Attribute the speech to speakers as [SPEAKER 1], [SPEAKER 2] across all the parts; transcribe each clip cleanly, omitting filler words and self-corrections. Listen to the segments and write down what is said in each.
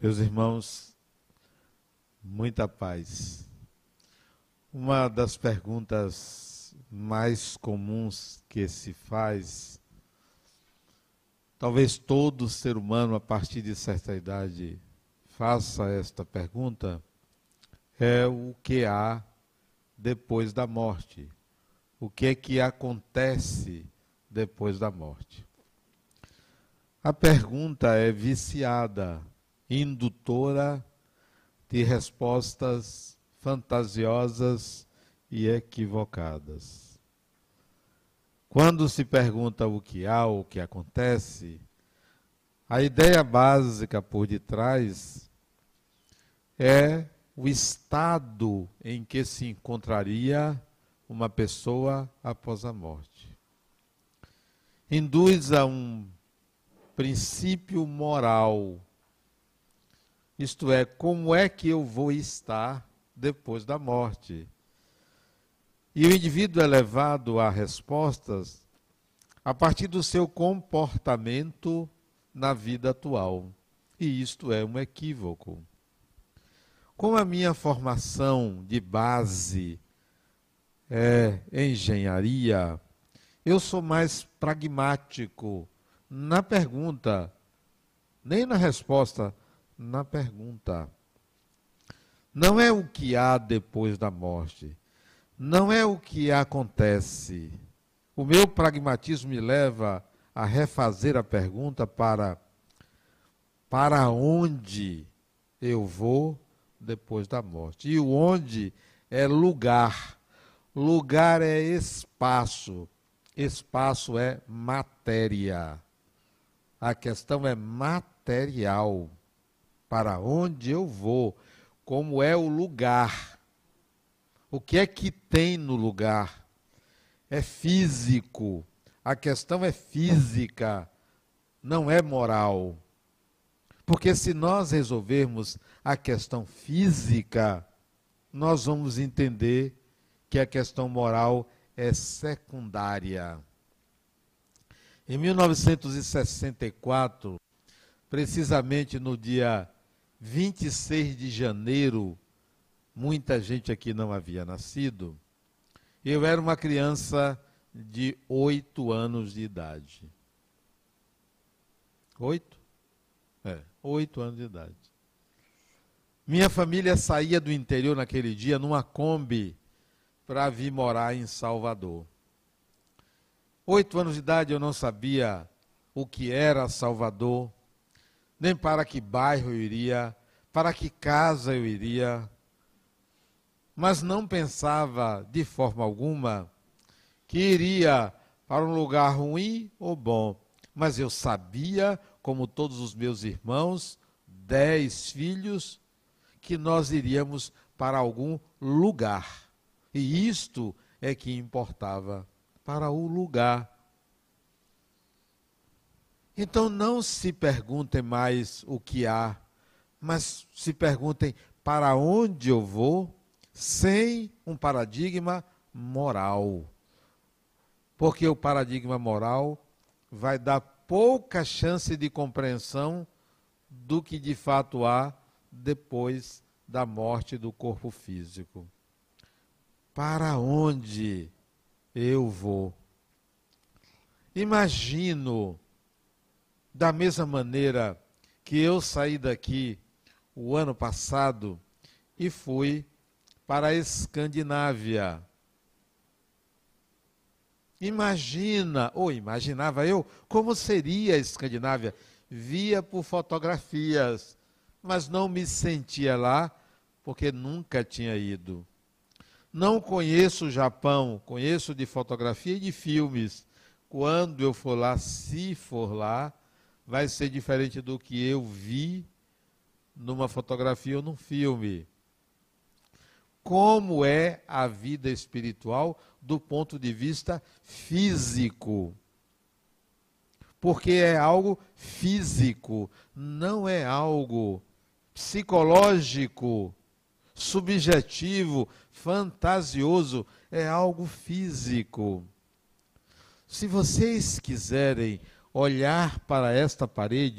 [SPEAKER 1] Meus irmãos, muita paz. Uma das perguntas mais comuns que se faz, talvez todo ser humano a partir de certa idade faça esta pergunta, é o que há depois da morte. O que é que acontece depois da morte? A pergunta é viciada, indutora de respostas fantasiosas e equivocadas. Quando se pergunta o que há, o que acontece, a ideia básica por detrás é o estado em que se encontraria uma pessoa após a morte. Induz a um princípio moral, isto é, como é que eu vou estar depois da morte? E o indivíduo é levado a respostas a partir do seu comportamento na vida atual. E isto é um equívoco. Como a minha formação de base é engenharia, eu sou mais pragmático na pergunta, nem na resposta, na pergunta. Não é o que há depois da morte, não é o que acontece. O meu pragmatismo me leva a refazer a pergunta para onde eu vou depois da morte. E o onde é lugar. Lugar é espaço. Espaço é matéria. A questão é material. Para onde eu vou? Como é o lugar? O que é que tem no lugar? É físico. A questão é física, não é moral. Porque se nós resolvermos a questão física, nós vamos entender que a questão moral é secundária. Em 1964, precisamente no dia 26 de janeiro, muita gente aqui não havia nascido, eu era uma criança de 8 anos de idade. 8? 8 anos de idade. Minha família saía do interior naquele dia numa Kombi para vir morar em Salvador. 8 anos de idade eu não sabia o que era Salvador, nem para que bairro eu iria, para que casa eu iria, mas não pensava de forma alguma que iria para um lugar ruim ou bom. Mas eu sabia, como todos os meus irmãos, 10 filhos, que nós iríamos para algum lugar. E isto é que importava, para o lugar. Então não se perguntem mais o que há, mas se perguntem para onde eu vou, sem um paradigma moral. Porque o paradigma moral vai dar pouca chance de compreensão do que de fato há depois da morte do corpo físico. Para onde eu vou? Imagino, da mesma maneira que eu saí daqui o ano passado e fui para a Escandinávia. Imaginava eu como seria a Escandinávia. Via por fotografias, mas não me sentia lá porque nunca tinha ido. Não conheço o Japão, conheço de fotografia e de filmes. Quando eu for lá, se for lá, vai ser diferente do que eu vi numa fotografia ou num filme. Como é a vida espiritual do ponto de vista físico? Porque é algo físico, não é algo psicológico, subjetivo, fantasioso, é algo físico. Se vocês quiserem olhar para esta parede,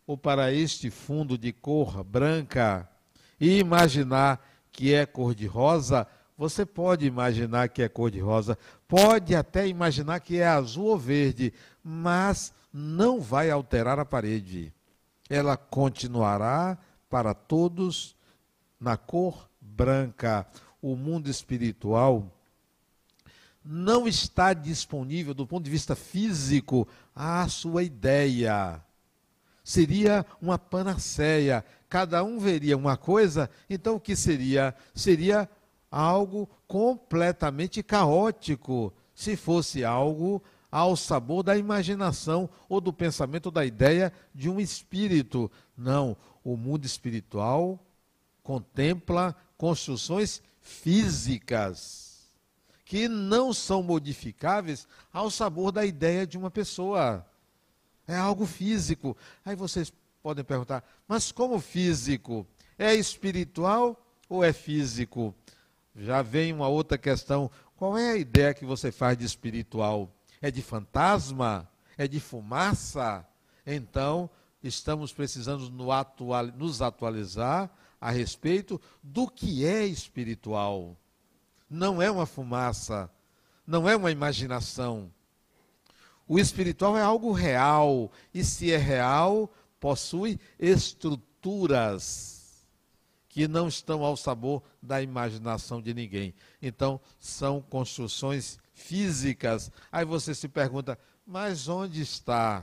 [SPEAKER 1] ou para este fundo de cor branca e imaginar que é cor-de-rosa, você pode imaginar que é cor-de-rosa, pode até imaginar que é azul ou verde, mas não vai alterar a parede. Ela continuará para todos na cor branca. O mundo espiritual não está disponível do ponto de vista físico à sua ideia. Seria uma panaceia. Cada um veria uma coisa, então o que seria? Seria algo completamente caótico, se fosse algo ao sabor da imaginação ou do pensamento ou da ideia de um espírito. Não, o mundo espiritual contempla construções físicas que não são modificáveis ao sabor da ideia de uma pessoa. É algo físico. Aí vocês podem perguntar, mas como físico? É espiritual ou é físico? Já vem uma outra questão. Qual é a ideia que você faz de espiritual? É de fantasma? É de fumaça? Então, estamos precisando nos atualizar a respeito do que é espiritual. Não é uma fumaça, não é uma imaginação. O espiritual é algo real, e se é real, possui estruturas que não estão ao sabor da imaginação de ninguém. Então, são construções físicas. Aí você se pergunta, mas onde está?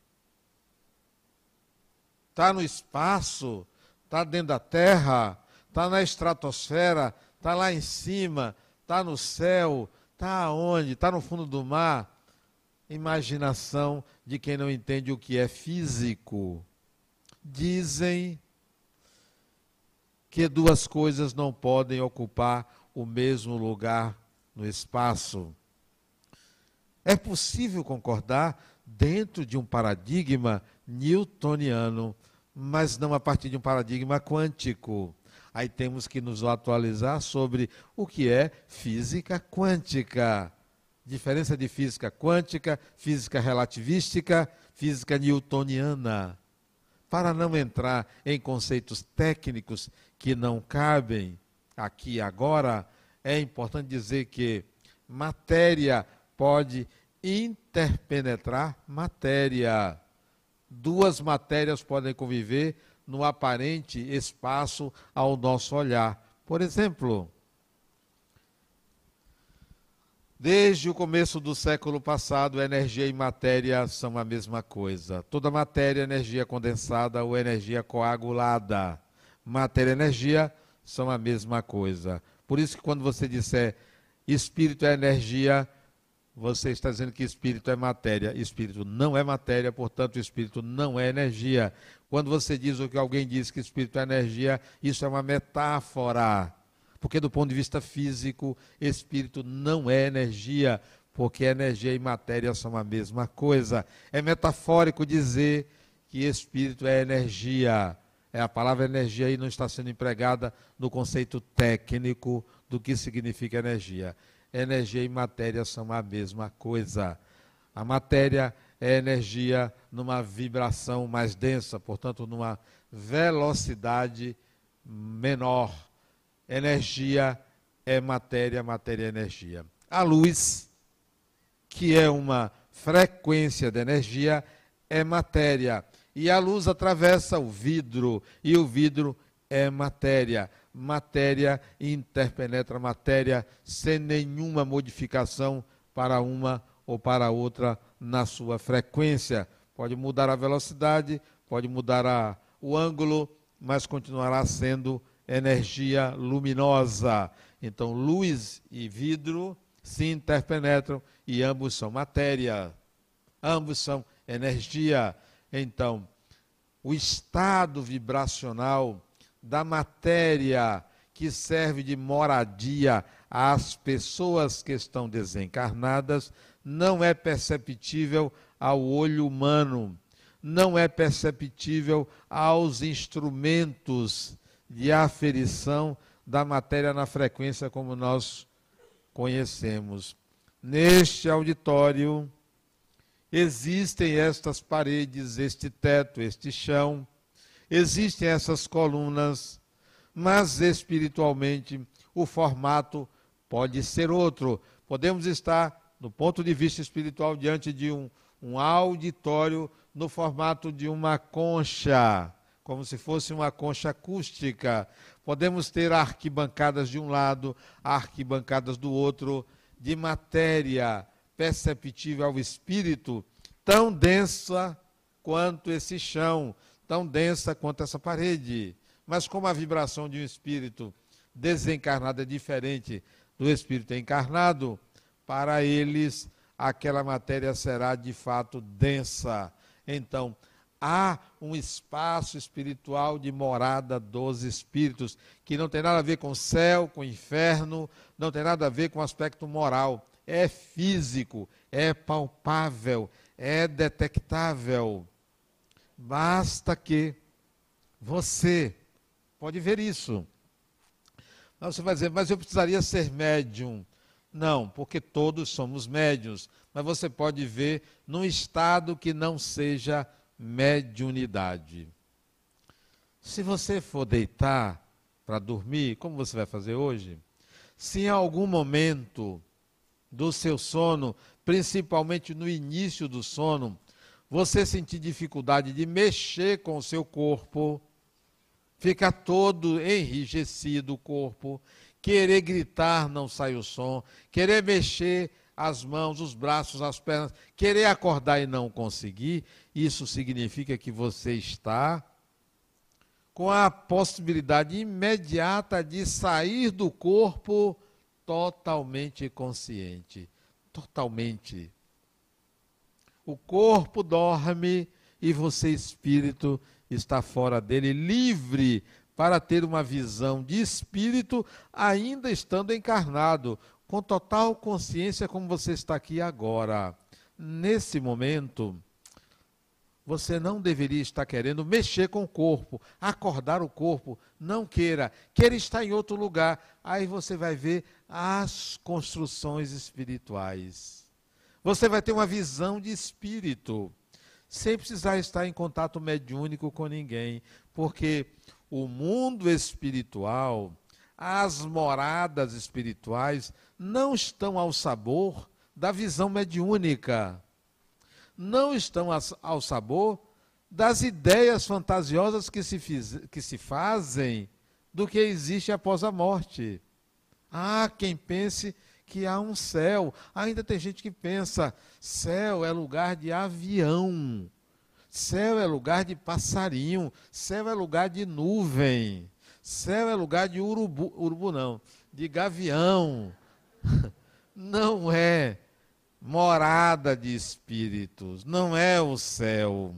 [SPEAKER 1] Está no espaço? Está dentro da terra? Está na estratosfera? Está lá em cima? Está no céu? Está aonde? Está no fundo do mar? Imaginação de quem não entende o que é físico. Dizem que duas coisas não podem ocupar o mesmo lugar no espaço. É possível concordar dentro de um paradigma newtoniano, mas não a partir de um paradigma quântico. Aí temos que nos atualizar sobre o que é física quântica. Diferença de física quântica, física relativística, física newtoniana. Para não entrar em conceitos técnicos que não cabem aqui e agora, é importante dizer que matéria pode interpenetrar matéria. Duas matérias podem conviver no aparente espaço ao nosso olhar. Por exemplo, desde o começo do século passado, energia e matéria são a mesma coisa. Toda matéria é energia condensada ou energia coagulada. Matéria e energia são a mesma coisa. Por isso que quando você disser espírito é energia, você está dizendo que espírito é matéria. Espírito não é matéria, portanto, espírito não é energia. Quando você diz o que alguém diz que espírito é energia, isso é uma metáfora. Porque do ponto de vista físico, espírito não é energia, porque energia e matéria são a mesma coisa. É metafórico dizer que espírito é energia. A palavra energia aí não está sendo empregada no conceito técnico do que significa energia. Energia e matéria são a mesma coisa. A matéria é energia numa vibração mais densa, portanto, numa velocidade menor. Energia é matéria, matéria é energia. A luz, que é uma frequência de energia, é matéria. E a luz atravessa o vidro, e o vidro é matéria. Matéria interpenetra matéria sem nenhuma modificação para uma ou para outra na sua frequência. Pode mudar a velocidade, pode mudar o ângulo, mas continuará sendo energia luminosa. Então, luz e vidro se interpenetram e ambos são matéria. Ambos são energia. Então, o estado vibracional da matéria que serve de moradia às pessoas que estão desencarnadas não é perceptível ao olho humano, não é perceptível aos instrumentos de aferição da matéria na frequência como nós conhecemos. Neste auditório Existem estas paredes, este teto, este chão, existem essas colunas, mas espiritualmente o formato pode ser outro. Podemos estar, do ponto de vista espiritual, diante de um auditório no formato de uma concha, como se fosse uma concha acústica. Podemos ter arquibancadas de um lado, arquibancadas do outro, de matéria perceptível ao espírito, tão densa quanto esse chão, tão densa quanto essa parede. Mas como a vibração de um espírito desencarnado é diferente do espírito encarnado, para eles aquela matéria será de fato densa. Então, há um espaço espiritual de morada dos espíritos, que não tem nada a ver com céu, com inferno, não tem nada a ver com aspecto moral. É físico, é palpável, é detectável. Basta que você pode ver isso. Mas você vai dizer, mas eu precisaria ser médium. Não, porque todos somos médiuns, mas você pode ver num estado que não seja mediunidade. Se você for deitar para dormir, como você vai fazer hoje? Se em algum momento do seu sono, principalmente no início do sono, você sentir dificuldade de mexer com o seu corpo, fica todo enrijecido o corpo, querer gritar não sai o som, querer mexer as mãos, os braços, as pernas, querer acordar e não conseguir, isso significa que você está com a possibilidade imediata de sair do corpo totalmente consciente. Totalmente. O corpo dorme e você, espírito, está fora dele, livre para ter uma visão de espírito, ainda estando encarnado, com total consciência como você está aqui agora. Nesse momento, você não deveria estar querendo mexer com o corpo, acordar o corpo, não queira, queira estar em outro lugar. Aí você vai ver as construções espirituais. Você vai ter uma visão de espírito, sem precisar estar em contato mediúnico com ninguém, porque o mundo espiritual, as moradas espirituais, não estão ao sabor da visão mediúnica, não estão ao sabor das ideias fantasiosas que se fazem do que existe após a morte. Há quem pense que há um céu. Ainda tem gente que pensa, céu é lugar de avião, céu é lugar de passarinho, céu é lugar de nuvem, céu é lugar de urubu não, de gavião. Não é morada de espíritos, não é o céu.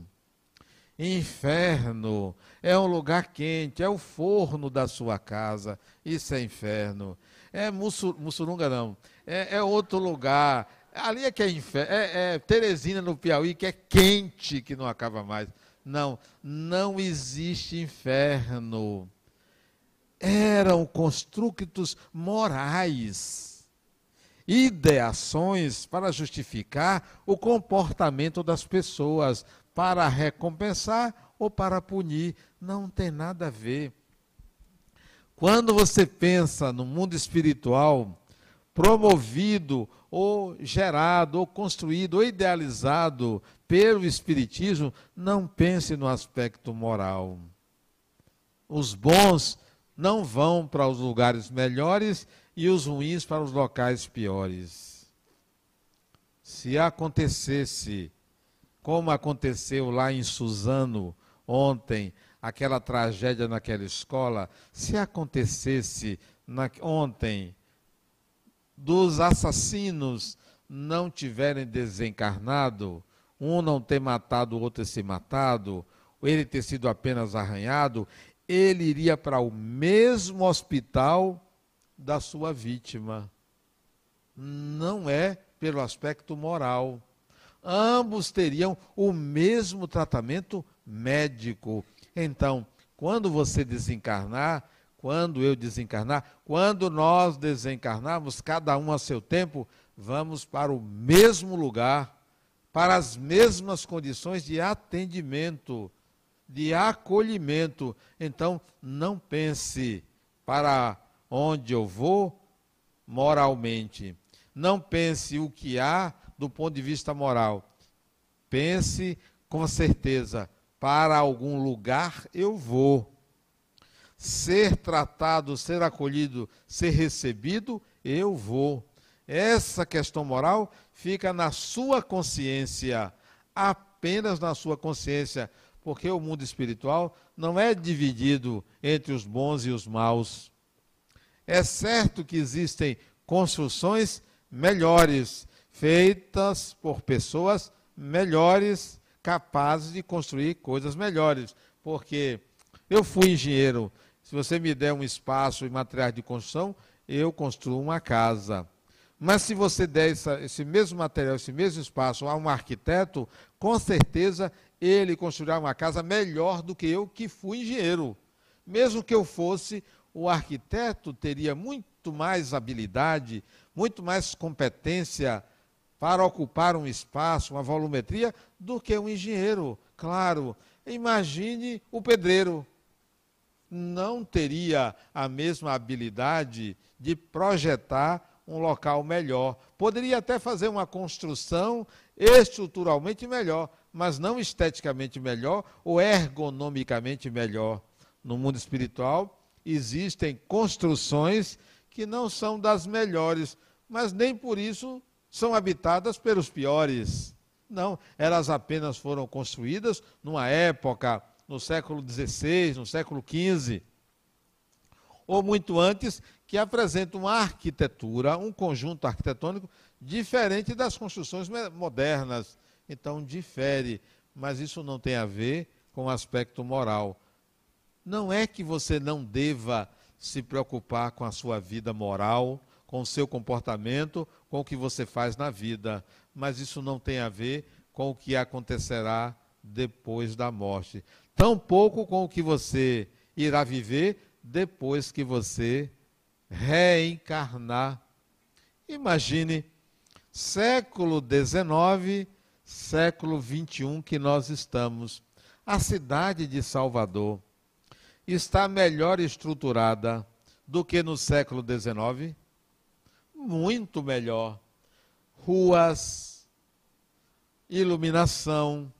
[SPEAKER 1] Inferno é um lugar quente, é o forno da sua casa, isso é inferno. É Mussurunga não, é outro lugar. Ali é que é inferno, é Teresina no Piauí, que é quente, que não acaba mais. Não, não existe inferno. Eram construtos morais, ideações para justificar o comportamento das pessoas, para recompensar ou para punir. Não tem nada a ver. Quando você pensa no mundo espiritual, promovido, ou gerado, ou construído, ou idealizado pelo Espiritismo, não pense no aspecto moral. Os bons não vão para os lugares melhores e os ruins para os locais piores. Se acontecesse, como aconteceu lá em Suzano ontem, aquela tragédia naquela escola, se acontecesse ontem, dos assassinos não tiverem desencarnado, um não ter matado, o outro ter se matado, ou ele ter sido apenas arranhado, ele iria para o mesmo hospital da sua vítima. Não é pelo aspecto moral. Ambos teriam o mesmo tratamento médico. Então, quando você desencarnar, quando eu desencarnar, quando nós desencarnarmos, cada um a seu tempo, vamos para o mesmo lugar, para as mesmas condições de atendimento, de acolhimento. Então, não pense para onde eu vou moralmente. Não pense o que há do ponto de vista moral. Pense com certeza, para algum lugar eu vou. Ser tratado, ser acolhido, ser recebido, eu vou. Essa questão moral fica na sua consciência, apenas na sua consciência, porque o mundo espiritual não é dividido entre os bons e os maus. É certo que existem construções melhores, feitas por pessoas melhores, capazes de construir coisas melhores, porque eu fui engenheiro. Se você me der um espaço e materiais de construção, eu construo uma casa. Mas se você der esse mesmo material, esse mesmo espaço a um arquiteto, com certeza ele construirá uma casa melhor do que eu, que fui engenheiro. Mesmo que eu fosse, o arquiteto teria muito mais habilidade, muito mais competência para ocupar um espaço, uma volumetria, do que um engenheiro. Claro, imagine o pedreiro. Não teria a mesma habilidade de projetar um local melhor. Poderia até fazer uma construção estruturalmente melhor, mas não esteticamente melhor ou ergonomicamente melhor. No mundo espiritual, existem construções que não são das melhores, mas nem por isso são habitadas pelos piores. Não, elas apenas foram construídas numa época, no século XVI, no século XV, ou muito antes, que apresentam uma arquitetura, um conjunto arquitetônico diferente das construções modernas. Então, difere, mas isso não tem a ver com o aspecto moral. Não é que você não deva se preocupar com a sua vida moral, com o seu comportamento, com o que você faz na vida, mas isso não tem a ver com o que acontecerá depois da morte. Tampouco com o que você irá viver depois que você reencarnar. Imagine, século XIX, século XXI que nós estamos. A cidade de Salvador está melhor estruturada do que no século XIX? Muito melhor. Ruas, iluminação,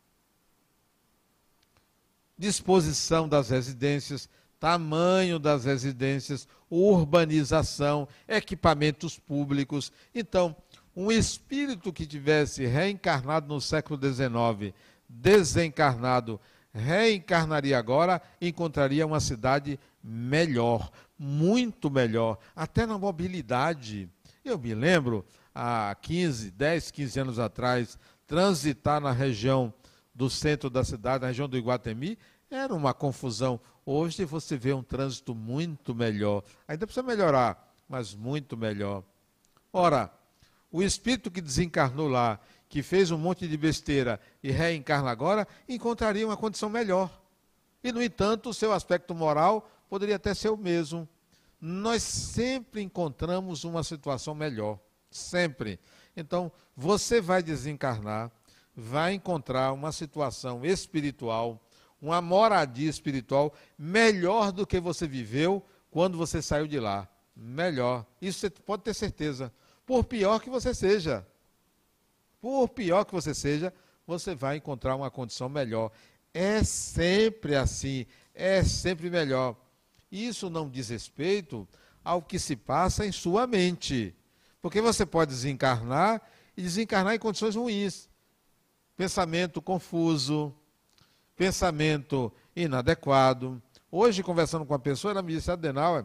[SPEAKER 1] disposição das residências, tamanho das residências, urbanização, equipamentos públicos. Então, um espírito que tivesse reencarnado no século XIX, desencarnado, reencarnaria agora, encontraria uma cidade melhor, muito melhor, até na mobilidade. Eu me lembro, há 10, 15 anos atrás, transitar na região do centro da cidade, na região do Iguatemi, era uma confusão. Hoje você vê um trânsito muito melhor. Ainda precisa melhorar, mas muito melhor. Ora, o espírito que desencarnou lá, que fez um monte de besteira e reencarna agora, encontraria uma condição melhor. E, no entanto, o seu aspecto moral poderia até ser o mesmo. Nós sempre encontramos uma situação melhor. Sempre. Então, você vai desencarnar, vai encontrar uma situação espiritual, uma moradia espiritual melhor do que você viveu quando você saiu de lá. Melhor. Isso você pode ter certeza. Por pior que você seja. Por pior que você seja, você vai encontrar uma condição melhor. É sempre assim. É sempre melhor. Isso não diz respeito ao que se passa em sua mente. Porque você pode desencarnar e desencarnar em condições ruins. Pensamento confuso, pensamento inadequado. Hoje, conversando com uma pessoa, ela me disse: Adenauer,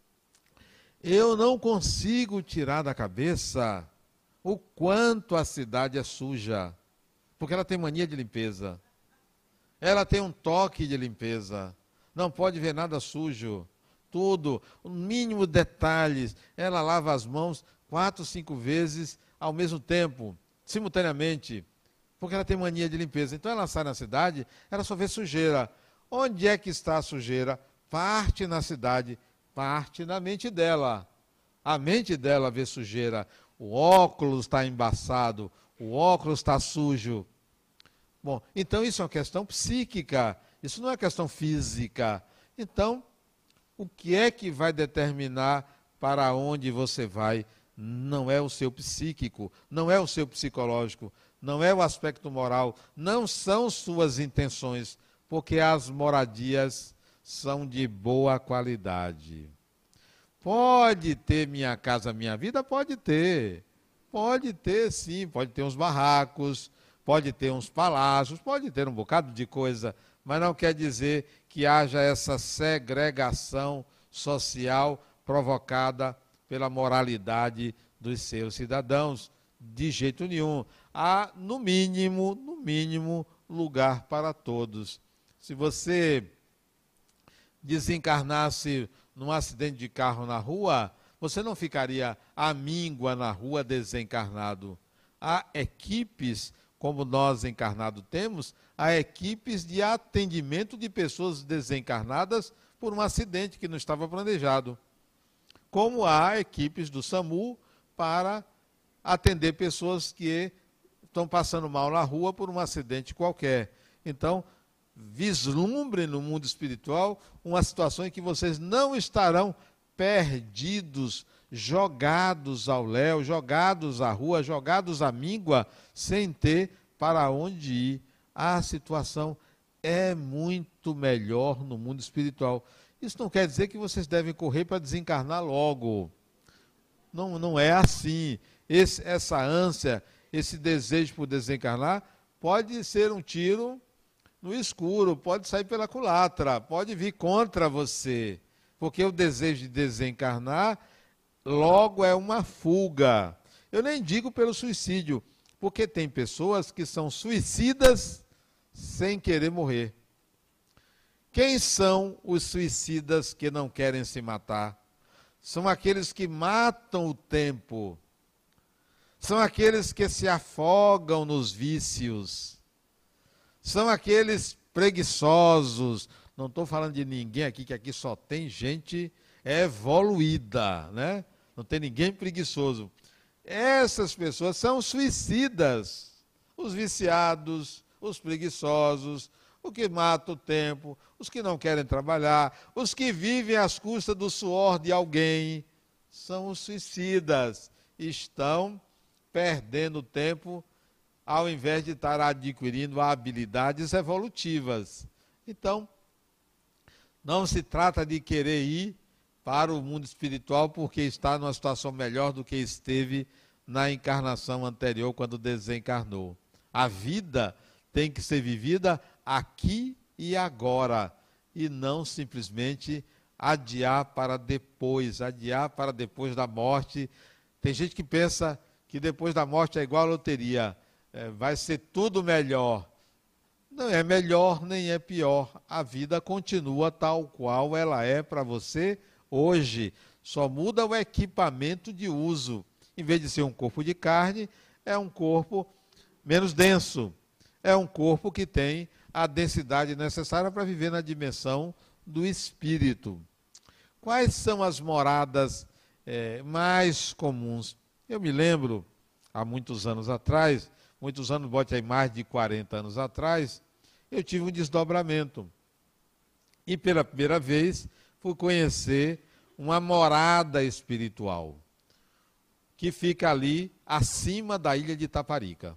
[SPEAKER 1] eu não consigo tirar da cabeça o quanto a cidade é suja, porque ela tem mania de limpeza. Ela tem um toque de limpeza. Não pode ver nada sujo. Tudo, o mínimo detalhes. Ela lava as mãos 4, 5 vezes ao mesmo tempo, simultaneamente, porque ela tem mania de limpeza. Então ela sai na cidade, ela só vê sujeira. Onde é que está a sujeira? Parte na cidade, parte na mente dela. A mente dela vê sujeira. O óculos está embaçado, o óculos está sujo. Bom, então isso é uma questão psíquica, isso não é questão física. Então, o que é que vai determinar para onde você vai? Não é o seu psíquico, não é o seu psicológico, não é o aspecto moral, não são suas intenções, porque as moradias são de boa qualidade. Pode ter Minha Casa Minha Vida? Pode ter sim, pode ter uns barracos, pode ter uns palácios, pode ter um bocado de coisa, mas não quer dizer que haja essa segregação social provocada pela moralidade dos seus cidadãos, de jeito nenhum. Há, no mínimo, lugar para todos. Se você desencarnasse num acidente de carro na rua, você não ficaria à míngua na rua desencarnado. Há equipes, como nós encarnados temos, há equipes de atendimento de pessoas desencarnadas por um acidente que não estava planejado. Como há equipes do SAMU para atender pessoas que estão passando mal na rua por um acidente qualquer. Então, vislumbre no mundo espiritual uma situação em que vocês não estarão perdidos, jogados ao léu, jogados à rua, jogados à míngua, sem ter para onde ir. A situação é muito melhor no mundo espiritual. Isso não quer dizer que vocês devem correr para desencarnar logo. Não é assim. Essa ânsia, esse desejo por desencarnar, pode ser um tiro no escuro, pode sair pela culatra, pode vir contra você. Porque o desejo de desencarnar logo é uma fuga. Eu nem digo pelo suicídio, porque tem pessoas que são suicidas sem querer morrer. Quem são os suicidas que não querem se matar? São aqueles que matam o tempo. São aqueles que se afogam nos vícios. São aqueles preguiçosos. Não estou falando de ninguém aqui, que aqui só tem gente evoluída, né? Não tem ninguém preguiçoso. Essas pessoas são suicidas. Os viciados, os preguiçosos, os que matam o tempo, os que não querem trabalhar, os que vivem às custas do suor de alguém, são os suicidas. Estão perdendo tempo ao invés de estar adquirindo habilidades evolutivas. Então, não se trata de querer ir para o mundo espiritual porque está numa situação melhor do que esteve na encarnação anterior, quando desencarnou. A vida tem que ser vivida aqui e agora, e não simplesmente adiar para depois da morte. Tem gente que pensa que depois da morte é igual a loteria, vai ser tudo melhor. Não é melhor nem é pior, a vida continua tal qual ela é para você hoje, só muda o equipamento de uso. Em vez de ser um corpo de carne, é um corpo menos denso. É um corpo que tem a densidade necessária para viver na dimensão do espírito. Quais são as moradas mais comuns? Eu me lembro, há muitos anos atrás, bote aí mais de 40 anos atrás, eu tive um desdobramento. E pela primeira vez fui conhecer uma morada espiritual, que fica ali acima da ilha de Itaparica.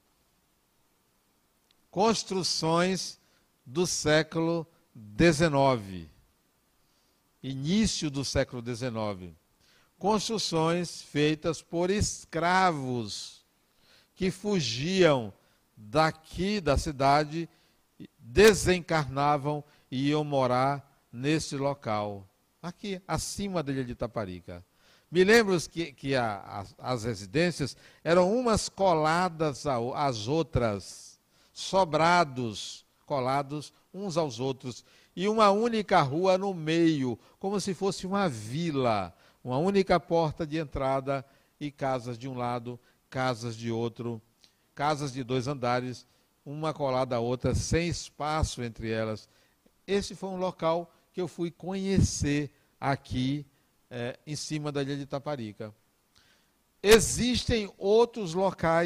[SPEAKER 1] Construções do século XIX, início do século XIX. Construções feitas por escravos que fugiam daqui da cidade, desencarnavam e iam morar nesse local, aqui acima da ilha de Itaparica. Me lembro que as residências eram umas coladas às outras, sobrados, colados uns aos outros, e uma única rua no meio, como se fosse uma vila, uma única porta de entrada e casas de um lado, casas de outro, casas de 2 andares, uma colada à outra, sem espaço entre elas. Esse foi um local que eu fui conhecer aqui, em cima da ilha de Itaparica. Existem outros locais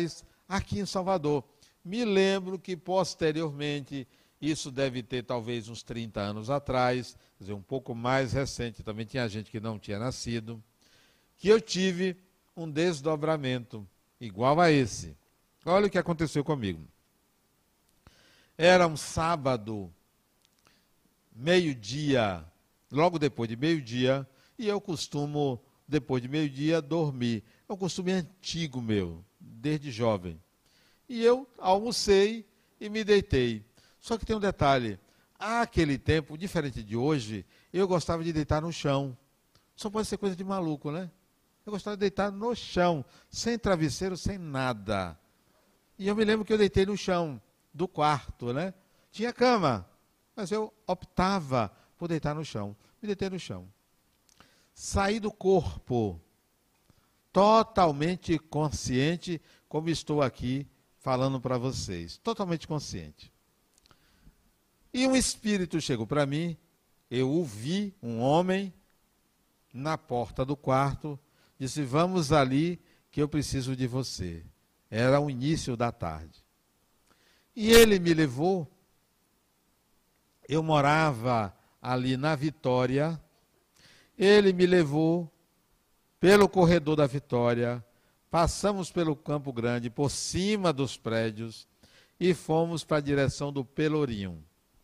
[SPEAKER 1] aqui em Salvador. Me lembro que posteriormente, isso deve ter talvez uns 30 anos atrás, quer dizer, um pouco mais recente, também tinha gente que não tinha nascido, que eu tive um desdobramento igual a esse. Olha o que aconteceu comigo. Era um sábado, meio-dia, logo depois de meio-dia, e eu costumo, depois de meio-dia, dormir. É um costume antigo meu, desde jovem. E eu almocei e me deitei. Só que tem um detalhe. Aquele tempo, diferente de hoje, eu gostava de deitar no chão. Só pode ser coisa de maluco, né? Eu gostava de deitar no chão, sem travesseiro, sem nada. E eu me lembro que eu deitei no chão do quarto, né? Tinha cama, mas eu optava por deitar no chão. Me deitei no chão. Saí do corpo, totalmente consciente, como estou aqui falando para vocês. Totalmente consciente. E um espírito chegou para mim, eu o vi, um homem, na porta do quarto, disse, vamos ali que eu preciso de você. Era o início da tarde. E ele me levou, eu morava ali na Vitória, ele me levou pelo corredor da Vitória, passamos pelo Campo Grande, por cima dos prédios, e fomos para a direção do Pelourinho.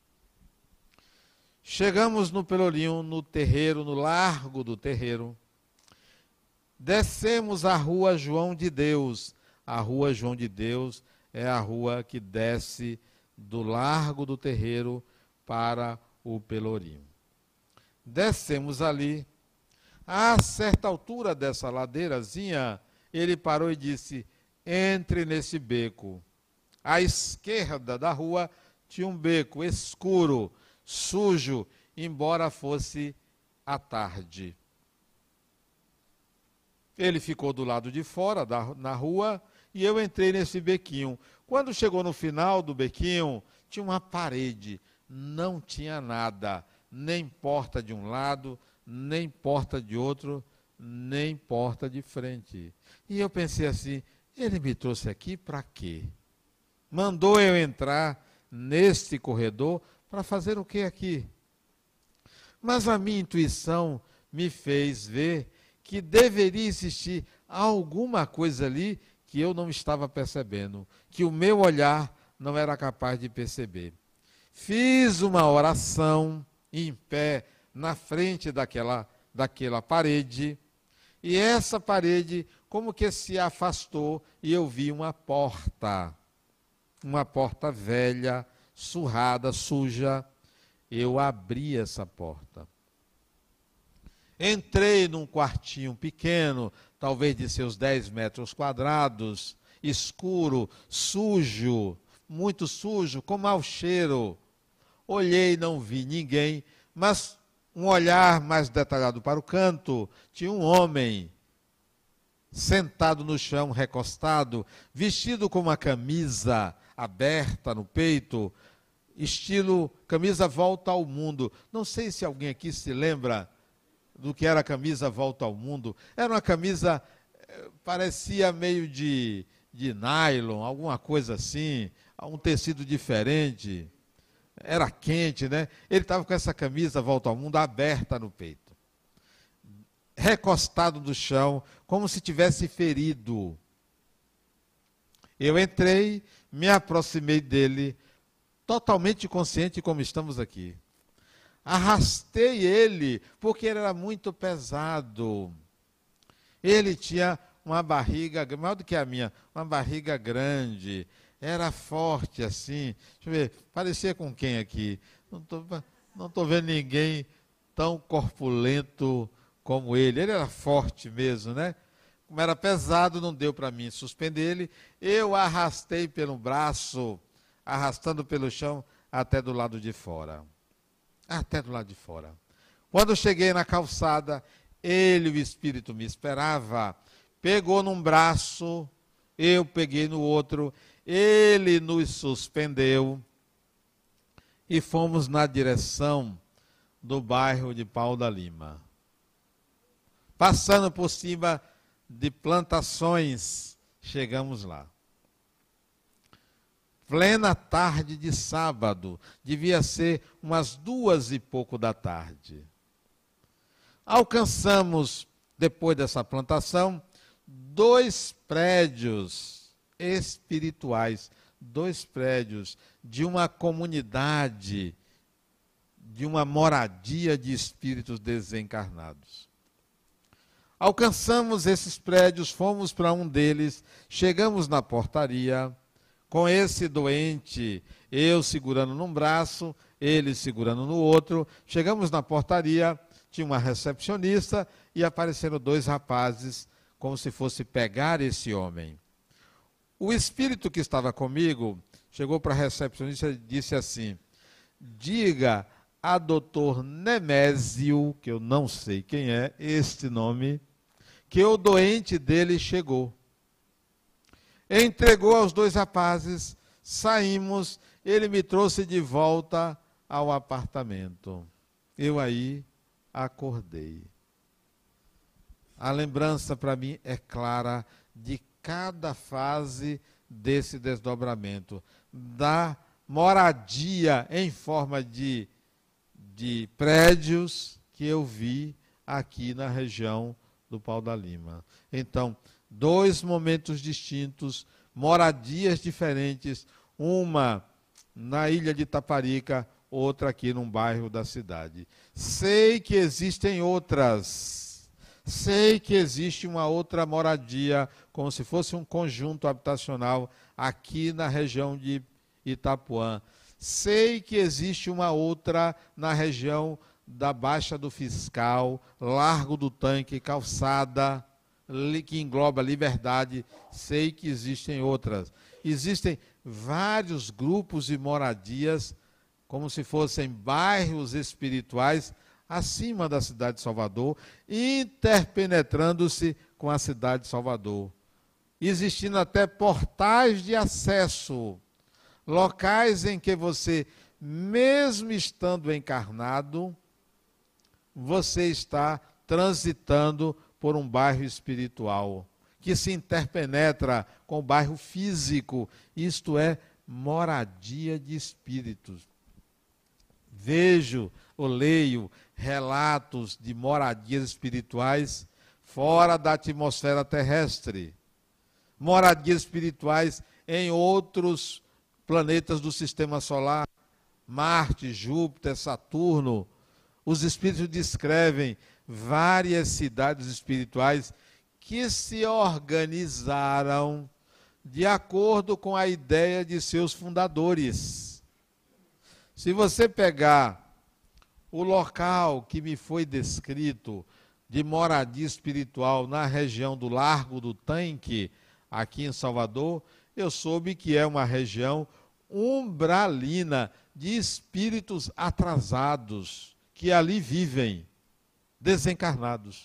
[SPEAKER 1] Chegamos no Pelourinho, no terreiro, no Largo do Terreiro. Descemos a Rua João de Deus. A Rua João de Deus é a rua que desce do Largo do Terreiro para o Pelourinho. Descemos ali. A certa altura dessa ladeirazinha, ele parou e disse, entre nesse beco. À esquerda da rua tinha um beco escuro, sujo, embora fosse à tarde. Ele ficou do lado de fora, na rua, e eu entrei nesse bequinho. Quando chegou no final do bequinho, tinha uma parede, não tinha nada, nem porta de um lado, nem porta de outro, nem porta de frente. E eu pensei assim, ele me trouxe aqui para quê? Mandou eu entrar neste corredor para fazer o que aqui? Mas a minha intuição me fez ver que deveria existir alguma coisa ali que eu não estava percebendo, que o meu olhar não era capaz de perceber. Fiz uma oração em pé na frente daquela parede, e essa parede como que se afastou e eu vi uma porta velha, surrada, suja. Eu abri essa porta. Entrei num quartinho pequeno, talvez de seus 10 metros quadrados, escuro, sujo, muito sujo, com mau cheiro. Olhei, não vi ninguém, mas um olhar mais detalhado para o canto, tinha um homem sentado no chão, recostado, vestido com uma camisa aberta no peito, estilo camisa Volta ao Mundo. Não sei se alguém aqui se lembra do que era a camisa Volta ao Mundo. Era uma camisa, parecia meio de nylon, alguma coisa assim, um tecido diferente. Era quente, né? Ele estava com essa camisa Volta ao Mundo aberta no peito, recostado no chão, como se tivesse ferido. Eu entrei, me aproximei dele, totalmente consciente como estamos aqui. Arrastei ele, porque ele era muito pesado. Ele tinha uma barriga, maior do que a minha, uma barriga grande. Era forte assim. Deixa eu ver, parecia com quem aqui? Não estou vendo ninguém tão corpulento como ele. Ele era forte mesmo, né? Como era pesado, não deu para mim suspender ele. Eu arrastei pelo braço, arrastando pelo chão até do lado de fora. Até do lado de fora. Quando eu cheguei na calçada, ele, o espírito, me esperava. Pegou num braço, eu peguei no outro. Ele nos suspendeu e fomos na direção do bairro de Pau da Lima. Passando por cima de plantações, chegamos lá. plena tarde de sábado, devia ser umas 2:00 da tarde. Alcançamos, depois dessa plantação, 2 prédios espirituais, 2 prédios de uma comunidade, de uma moradia de espíritos desencarnados. Alcançamos esses prédios, fomos para um deles, chegamos na portaria, com esse doente, eu segurando num braço, ele segurando no outro. Chegamos na portaria, tinha uma recepcionista e apareceram 2 rapazes, como se fosse pegar esse homem. O espírito que estava comigo chegou para a recepcionista e disse assim: diga a doutor Nemésio, que eu não sei quem é este nome, que o doente dele chegou. Entregou aos 2 rapazes, saímos, ele me trouxe de volta ao apartamento. Eu aí acordei. A lembrança para mim é clara de cada fase desse desdobramento, da moradia em forma de prédios que eu vi aqui na região do Pau da Lima. Então, 2 momentos distintos, moradias diferentes, uma na ilha de Itaparica, outra aqui num bairro da cidade. Sei que existem outras, sei que existe uma outra moradia, como se fosse um conjunto habitacional aqui na região de Itapuã. Sei que existe uma outra na região da Baixa do Fiscal, Largo do Tanque, Calçada, que engloba Liberdade. Sei que existem outras. Existem vários grupos de moradias, como se fossem bairros espirituais, acima da cidade de Salvador, interpenetrando-se com a cidade de Salvador. Existindo até portais de acesso, locais em que você, mesmo estando encarnado, você está transitando por um bairro espiritual, que se interpenetra com o bairro físico, isto é, moradia de espíritos. Vejo ou leio relatos de moradias espirituais fora da atmosfera terrestre, moradias espirituais em outros planetas do sistema solar, Marte, Júpiter, Saturno. Os espíritos descrevem várias cidades espirituais que se organizaram de acordo com a ideia de seus fundadores. Se você pegar o local que me foi descrito de moradia espiritual na região do Largo do Tanque, aqui em Salvador, eu soube que é uma região umbralina de espíritos atrasados que ali vivem, desencarnados.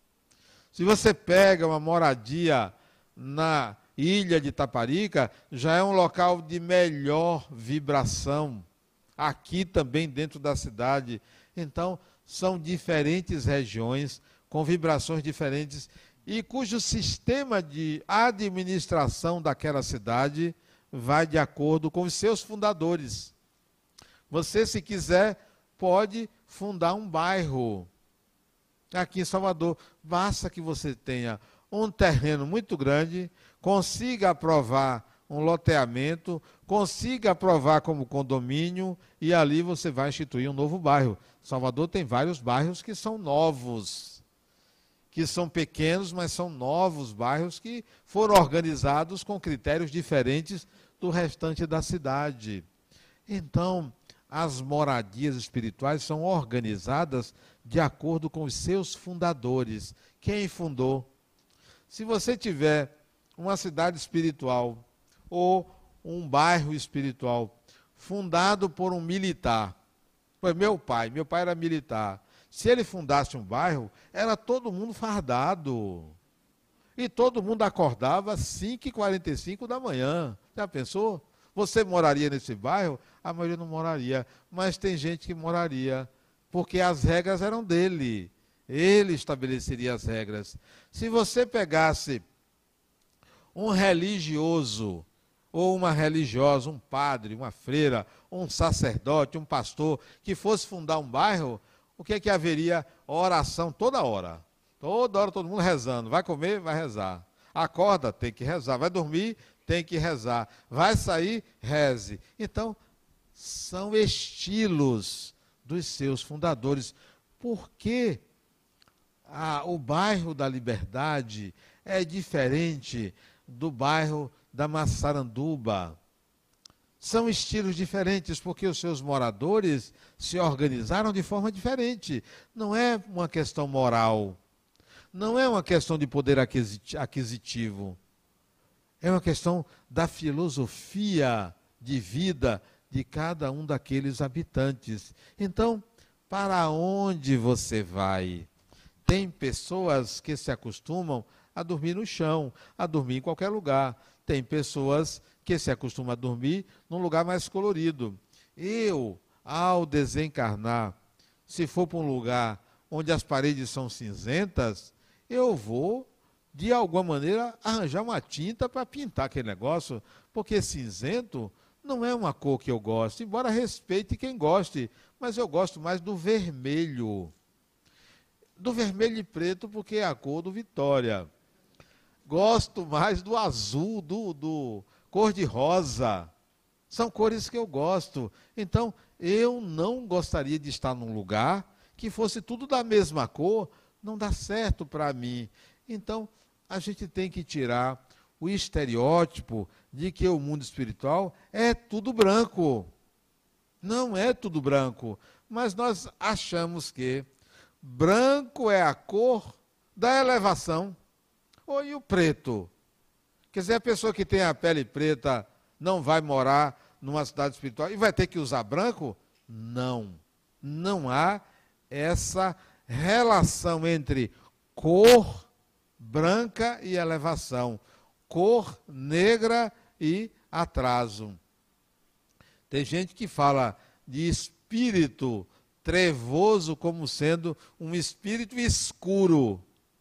[SPEAKER 1] Se você pega uma moradia na ilha de Itaparica, já é um local de melhor vibração, aqui também dentro da cidade. Então, são diferentes regiões, com vibrações diferentes, e cujo sistema de administração daquela cidade vai de acordo com os seus fundadores. Você, se quiser, pode fundar um bairro aqui em Salvador. Basta que você tenha um terreno muito grande, consiga aprovar um loteamento, consiga aprovar como condomínio, e ali você vai instituir um novo bairro. Salvador tem vários bairros que são novos, que são pequenos, mas são novos bairros que foram organizados com critérios diferentes do restante da cidade. Então, as moradias espirituais são organizadas de acordo com os seus fundadores. Quem fundou? Se você tiver uma cidade espiritual ou um bairro espiritual fundado por um militar, foi meu pai era militar. Se ele fundasse um bairro, era todo mundo fardado. E todo mundo acordava às 5h45 da manhã. Já pensou? Você moraria nesse bairro? A maioria não moraria. Mas tem gente que moraria, porque as regras eram dele. Ele estabeleceria as regras. Se você pegasse um religioso ou uma religiosa, um padre, uma freira, um sacerdote, um pastor, que fosse fundar um bairro, o que é que haveria? Oração toda hora. Toda hora todo mundo rezando. Vai comer, vai rezar. Acorda, tem que rezar. Vai dormir, tem que rezar. Vai sair, reze. Então, são estilos dos seus fundadores. Por que o bairro da Liberdade é diferente do bairro da Massaranduba? São estilos diferentes porque os seus moradores se organizaram de forma diferente. Não é uma questão moral, não é uma questão de poder aquisitivo. É uma questão da filosofia de vida de cada um daqueles habitantes. Então, para onde você vai? Tem pessoas que se acostumam a dormir no chão, a dormir em qualquer lugar. Tem pessoas que se acostumam a dormir num lugar mais colorido. Eu, ao desencarnar, se for para um lugar onde as paredes são cinzentas, eu vou, de alguma maneira, arranjar uma tinta para pintar aquele negócio, porque cinzento não é uma cor que eu gosto, embora respeite quem goste, mas eu gosto mais do vermelho. Do vermelho e preto, porque é a cor do Vitória. Gosto mais do azul, do cor-de-rosa. São cores que eu gosto. Então, eu não gostaria de estar num lugar que fosse tudo da mesma cor. Não dá certo para mim. Então, a gente tem que tirar o estereótipo de que o mundo espiritual é tudo branco. Não é tudo branco. Mas nós achamos que branco é a cor da elevação. Ou e o preto? Quer dizer, a pessoa que tem a pele preta não vai morar numa cidade espiritual e vai ter que usar branco? Não. Não há essa relação entre cor branca e elevação, cor negra e atraso. Tem gente que fala de espírito trevoso como sendo um espírito escuro.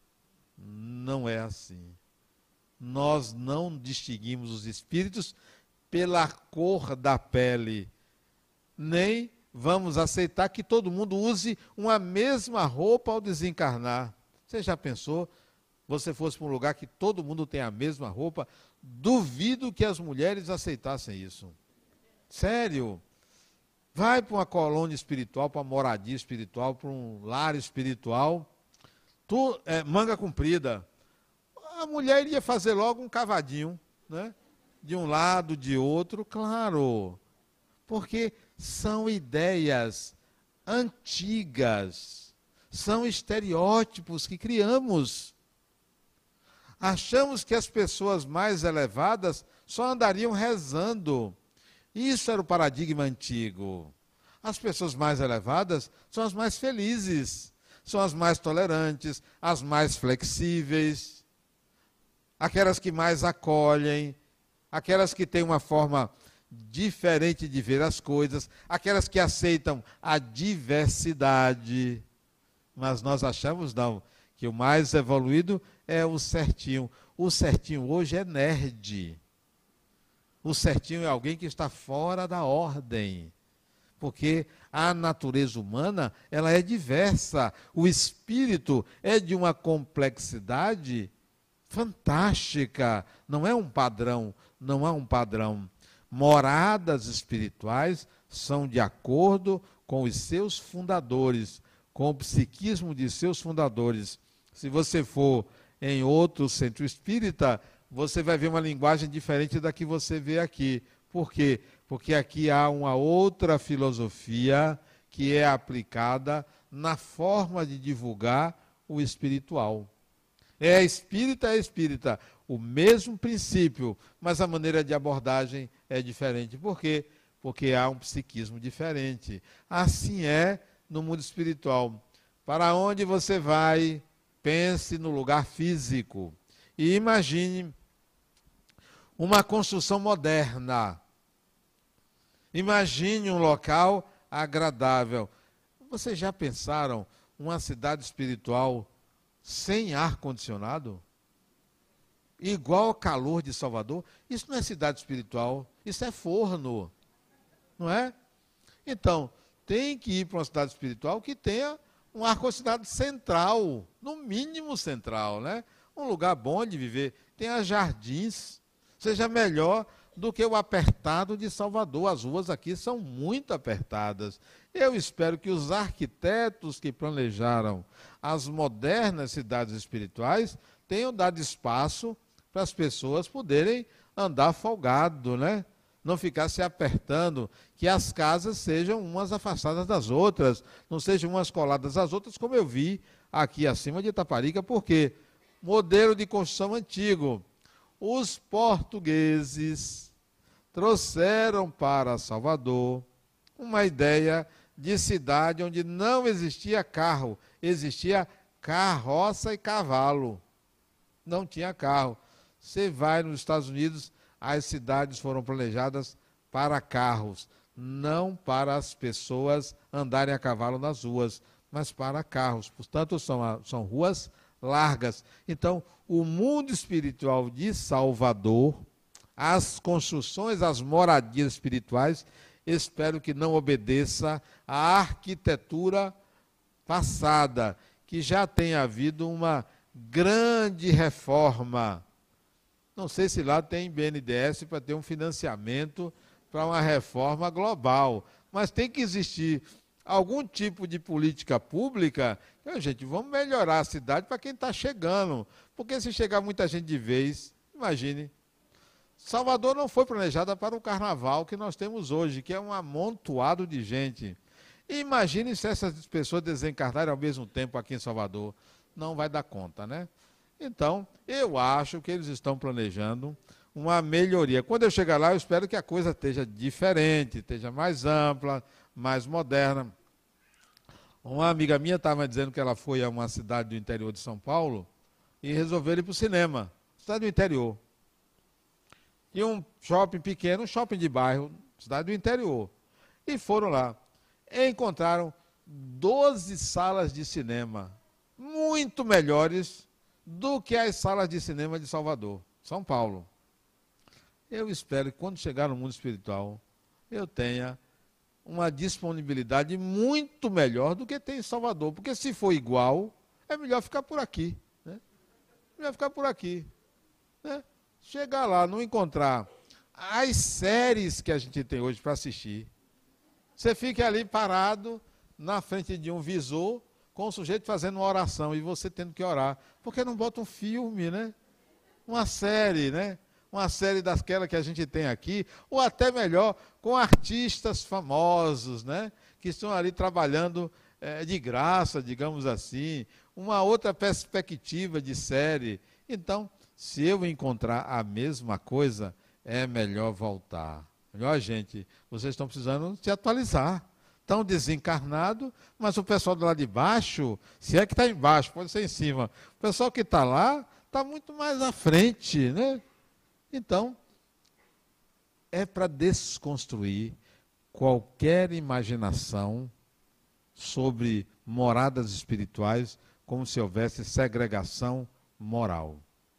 [SPEAKER 1] Não é assim. Nós não distinguimos os espíritos pela cor da pele, nem vamos aceitar que todo mundo use uma mesma roupa ao desencarnar. Você já pensou? Você fosse para um lugar que todo mundo tem a mesma roupa? Duvido que as mulheres aceitassem isso. Sério. Vai para uma colônia espiritual, para uma moradia espiritual, para um lar espiritual, manga comprida. A mulher iria fazer logo um cavadinho, né? De um lado, de outro, claro. Porque são ideias antigas, são estereótipos que criamos. Achamos que as pessoas mais elevadas só andariam rezando. Isso era o paradigma antigo. As pessoas mais elevadas são as mais felizes, são as mais tolerantes, as mais flexíveis, aquelas que mais acolhem, aquelas que têm uma forma diferente de ver as coisas, aquelas que aceitam a diversidade. Mas nós achamos não, que o mais evoluído é o certinho. O certinho hoje é nerd. O certinho é alguém que está fora da ordem. Porque a natureza humana, ela é diversa. O espírito é de uma complexidade fantástica. Não é um padrão, não há um padrão. Moradas espirituais são de acordo com os seus fundadores, com o psiquismo de seus fundadores. Se você for em outro centro espírita, você vai ver uma linguagem diferente da que você vê aqui. Por quê? Porque aqui há uma outra filosofia que é aplicada na forma de divulgar o espiritual. É espírita, o mesmo princípio, mas a maneira de abordagem é diferente. Por quê? Porque há um psiquismo diferente. Assim é no mundo espiritual. Para onde você vai, pense no lugar físico. E imagine uma construção moderna. Imagine um local agradável. Vocês já pensaram uma cidade espiritual sem ar-condicionado? igual ao calor de Salvador. Isso não é cidade espiritual, isso é forno, não é? Então, tem que ir para uma cidade espiritual que tenha um ar-condicionado central, no mínimo central, né? Um lugar bom de viver, tenha jardins, seja melhor do que o apertado de Salvador. As ruas aqui são muito apertadas. Eu espero que os arquitetos que planejaram as modernas cidades espirituais tenham dado espaço para as pessoas poderem andar folgado, né? Não ficar se apertando, que as casas sejam umas afastadas das outras, não sejam umas coladas às outras, como eu vi aqui acima de Itaparica, porque modelo de construção antigo. Os portugueses trouxeram para Salvador uma ideia de cidade onde não existia carro, existia carroça e cavalo. Não tinha carro. Você vai nos Estados Unidos, as cidades foram planejadas para carros, não para as pessoas andarem a cavalo nas ruas, mas para carros. Portanto, são ruas largas. Então, o mundo espiritual de Salvador, as construções, as moradias espirituais, espero que não obedeça à arquitetura passada, que já tenha havido uma grande reforma. Não sei se lá tem BNDES para ter um financiamento para uma reforma global, mas tem que existir algum tipo de política pública. Gente, vamos melhorar a cidade para quem está chegando, porque se chegar muita gente de vez, imagine, Salvador não foi planejada para o carnaval que nós temos hoje, que é um amontoado de gente. Imagine se essas pessoas desencarnarem ao mesmo tempo aqui em Salvador. Não vai dar conta, né? Então, eu acho que eles estão planejando uma melhoria. Quando eu chegar lá, eu espero que a coisa esteja diferente, esteja mais ampla, mais moderna. Uma amiga minha estava dizendo que ela foi a uma cidade do interior de São Paulo e resolveu ir para o cinema. Cidade do interior. E um shopping pequeno, um shopping de bairro, cidade do interior. E foram lá. E encontraram 12 salas de cinema, muito melhores do que as salas de cinema de Salvador, São Paulo. Eu espero que quando chegar no mundo espiritual, eu tenha uma disponibilidade muito melhor do que tem em Salvador, porque se for igual, é melhor ficar por aqui, né? Melhor ficar por aqui, né? Chegar lá, não encontrar as séries que a gente tem hoje para assistir. Você fica ali parado na frente de um visor com o sujeito fazendo uma oração e você tendo que orar. Por que não bota um filme, né? Uma série, né? Uma série daquela que a gente tem aqui, ou até melhor, com artistas famosos, né? Que estão ali trabalhando de graça, digamos assim, uma outra perspectiva de série. Então, se eu encontrar a mesma coisa, é melhor voltar. Melhor, gente, vocês estão precisando se atualizar. Estão desencarnados, mas o pessoal do lado de baixo, se é que está embaixo, pode ser em cima, o pessoal que está lá está muito mais à frente, né? Então, é para desconstruir qualquer imaginação sobre moradas espirituais, como se houvesse segregação moral.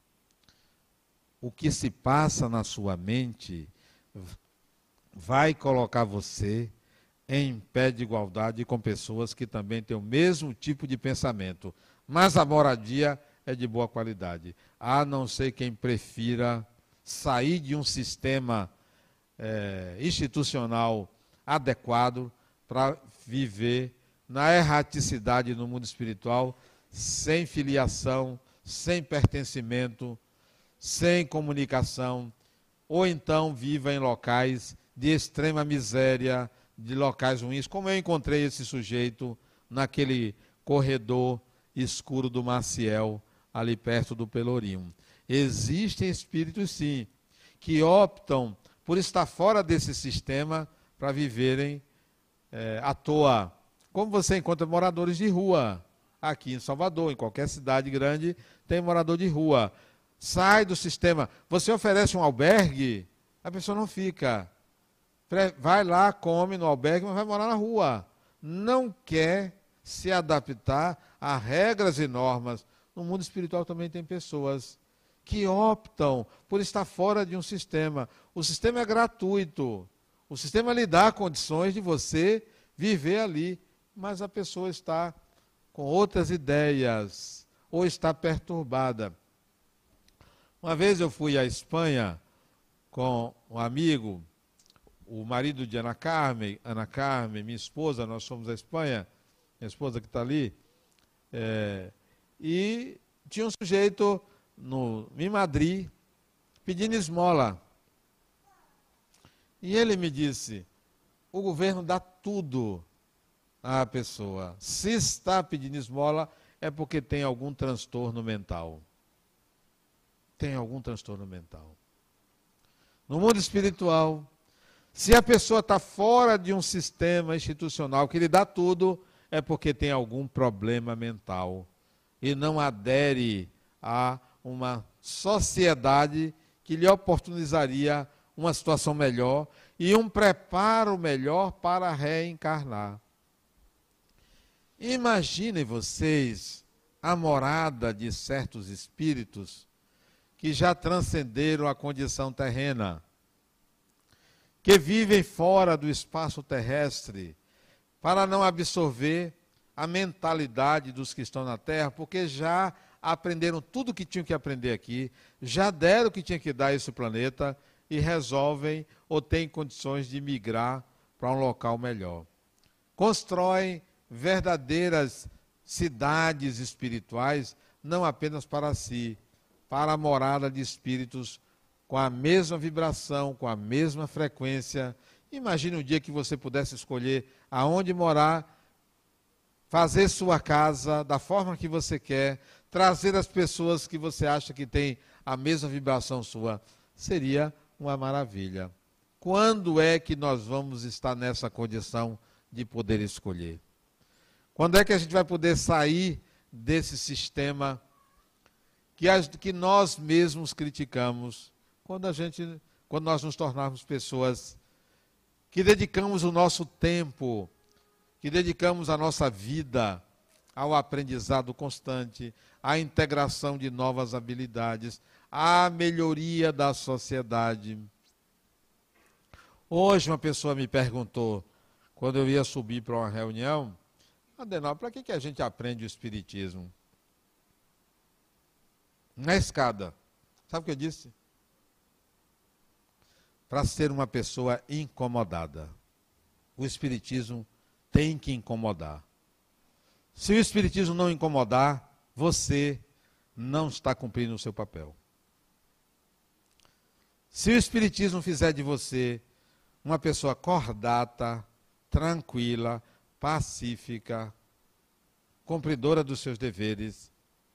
[SPEAKER 1] O que se passa na sua mente vai colocar você em pé de igualdade com pessoas que também têm o mesmo tipo de pensamento, mas a moradia é de boa qualidade, a não ser quem prefira sair de um sistema institucional adequado para viver na erraticidade no mundo espiritual, sem filiação, sem pertencimento, sem comunicação, ou então viva em locais de extrema miséria, de locais ruins, como eu encontrei esse sujeito naquele corredor escuro do Maciel, ali perto do Pelourinho. Existem espíritos, sim, que optam por estar fora desse sistema para viverem à toa. Como você encontra moradores de rua, aqui em Salvador, em qualquer cidade grande, tem morador de rua. Sai do sistema. Você oferece um albergue, a pessoa não fica. Vai lá, come no albergue, mas vai morar na rua. Não quer se adaptar a regras e normas. No mundo espiritual também tem pessoas que optam por estar fora de um sistema. O sistema é gratuito. O sistema lhe dá condições de você viver ali, mas a pessoa está com outras ideias ou está perturbada. Uma vez eu fui à Espanha com um amigo, o marido de Ana Carmen, minha esposa, nós fomos à Espanha, minha esposa que está ali, e tinha um sujeito em Madrid pedindo esmola. E ele me disse, o governo dá tudo à pessoa. Se está pedindo esmola, é porque tem algum transtorno mental. Tem algum transtorno mental. No mundo espiritual, se a pessoa está fora de um sistema institucional que lhe dá tudo, é porque tem algum problema mental e não adere a uma sociedade que lhe oportunizaria uma situação melhor e um preparo melhor para reencarnar. Imaginem vocês a morada de certos espíritos que já transcenderam a condição terrena, que vivem fora do espaço terrestre, para não absorver a mentalidade dos que estão na Terra, porque já aprenderam tudo o que tinham que aprender aqui, já deram o que tinha que dar a esse planeta e resolvem ou têm condições de migrar para um local melhor. Constroem verdadeiras cidades espirituais, não apenas para si, para a morada de espíritos com a mesma vibração, com a mesma frequência. Imagine um dia que você pudesse escolher aonde morar, fazer sua casa da forma que você quer, trazer as pessoas que você acha que têm a mesma vibração sua. Seria uma maravilha. Quando é que nós vamos estar nessa condição de poder escolher? Quando é que a gente vai poder sair desse sistema que nós mesmos criticamos? Quando nós nos tornarmos pessoas que dedicamos o nosso tempo, que dedicamos a nossa vida ao aprendizado constante, à integração de novas habilidades, à melhoria da sociedade. Hoje uma pessoa me perguntou, quando eu ia subir para uma reunião, Adenal, para que a gente aprende o Espiritismo? Na escada. Sabe o que eu disse? Para ser uma pessoa incomodada. O Espiritismo tem que incomodar. Se o Espiritismo não incomodar, você não está cumprindo o seu papel. Se o Espiritismo fizer de você uma pessoa cordata, tranquila, pacífica, cumpridora dos seus deveres,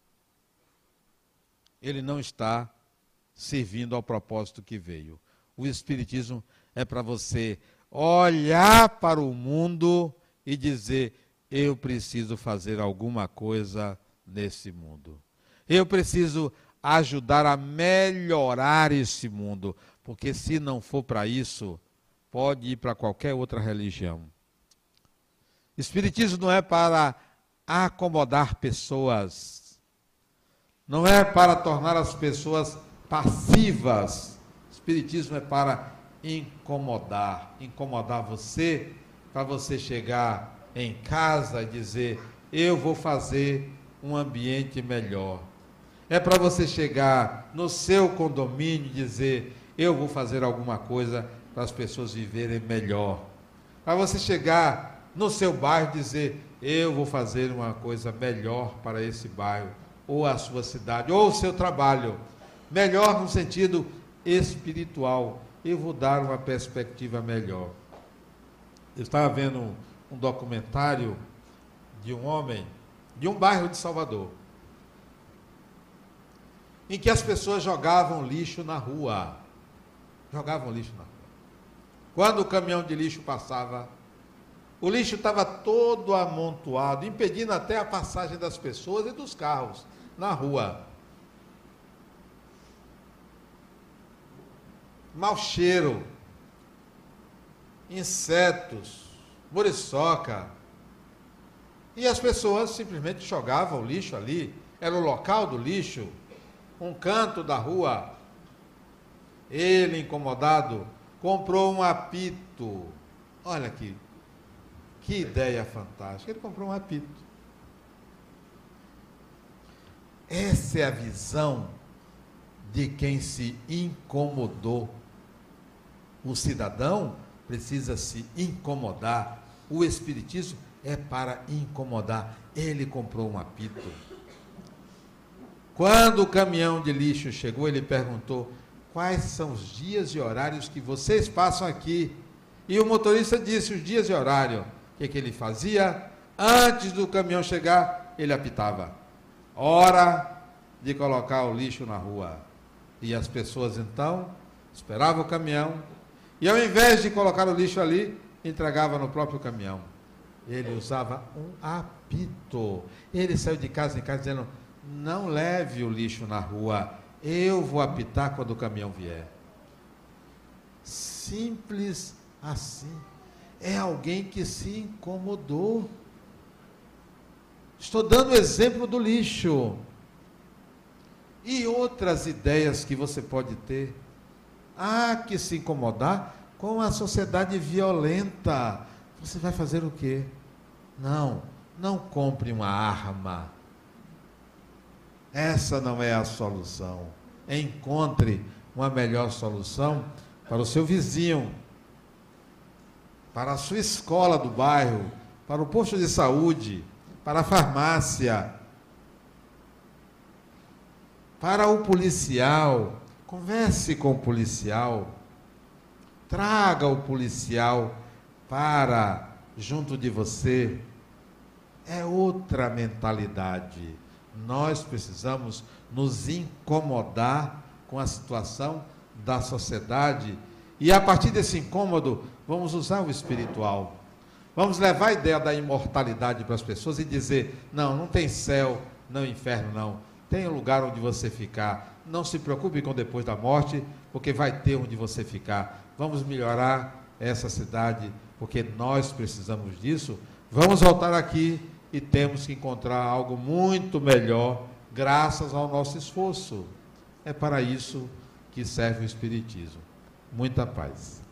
[SPEAKER 1] ele não está servindo ao propósito que veio. O Espiritismo é para você olhar para o mundo e dizer, eu preciso fazer alguma coisa nesse mundo. Eu preciso ajudar a melhorar esse mundo, porque se não for para isso, pode ir para qualquer outra religião. Espiritismo não é para acomodar pessoas, não é para tornar as pessoas passivas. Espiritismo é para incomodar você, para você chegar em casa e dizer, eu vou fazer um ambiente melhor. É para você chegar no seu condomínio e dizer, eu vou fazer alguma coisa para as pessoas viverem melhor. Para você chegar no seu bairro e dizer, eu vou fazer uma coisa melhor para esse bairro, ou a sua cidade, ou o seu trabalho. Melhor no sentido espiritual. Eu vou dar uma perspectiva melhor. Eu estava vendo um documentário de um homem, de um bairro de Salvador, em que as pessoas jogavam lixo na rua. Jogavam lixo na rua. Quando o caminhão de lixo passava, o lixo estava todo amontoado, impedindo até a passagem das pessoas e dos carros na rua. Mau cheiro, insetos, muriçoca. E as pessoas simplesmente jogavam o lixo ali. Era o local do lixo. um canto da rua. Ele, incomodado, comprou um apito. Olha aqui, que ideia fantástica. Ele comprou um apito. Essa é a visão de quem se incomodou. O cidadão precisa se incomodar. O Espiritismo é para incomodar. Ele comprou um apito. Quando o caminhão de lixo chegou, ele perguntou: quais são os dias e horários que vocês passam aqui? E o motorista disse os dias e horário. O que ele fazia? Antes do caminhão chegar, ele apitava: hora de colocar o lixo na rua. E as pessoas então esperavam o caminhão e, ao invés de colocar o lixo ali, entregava no próprio caminhão. Ele usava um apito. Ele saiu de casa em casa dizendo: não leve o lixo na rua, eu vou apitar quando o caminhão vier. Simples assim. É alguém que se incomodou. Estou dando o exemplo do lixo. E outras ideias que você pode ter. Há que se incomodar com a sociedade violenta. Você vai fazer o quê? Não compre uma arma. Essa não é a solução. Encontre uma melhor solução para o seu vizinho, para a sua escola do bairro, para o posto de saúde, para a farmácia, para o policial. Converse com o policial, traga o policial para junto de você. É outra mentalidade. Nós precisamos nos incomodar com a situação da sociedade e, a partir desse incômodo, vamos usar o espiritual. Vamos levar a ideia da imortalidade para as pessoas e dizer: não tem céu, não inferno, não. Tem um lugar onde você ficar. Não se preocupe com depois da morte, porque vai ter onde você ficar. Vamos melhorar essa cidade, porque nós precisamos disso. Vamos voltar aqui e temos que encontrar algo muito melhor, graças ao nosso esforço. É para isso que serve o Espiritismo. Muita paz.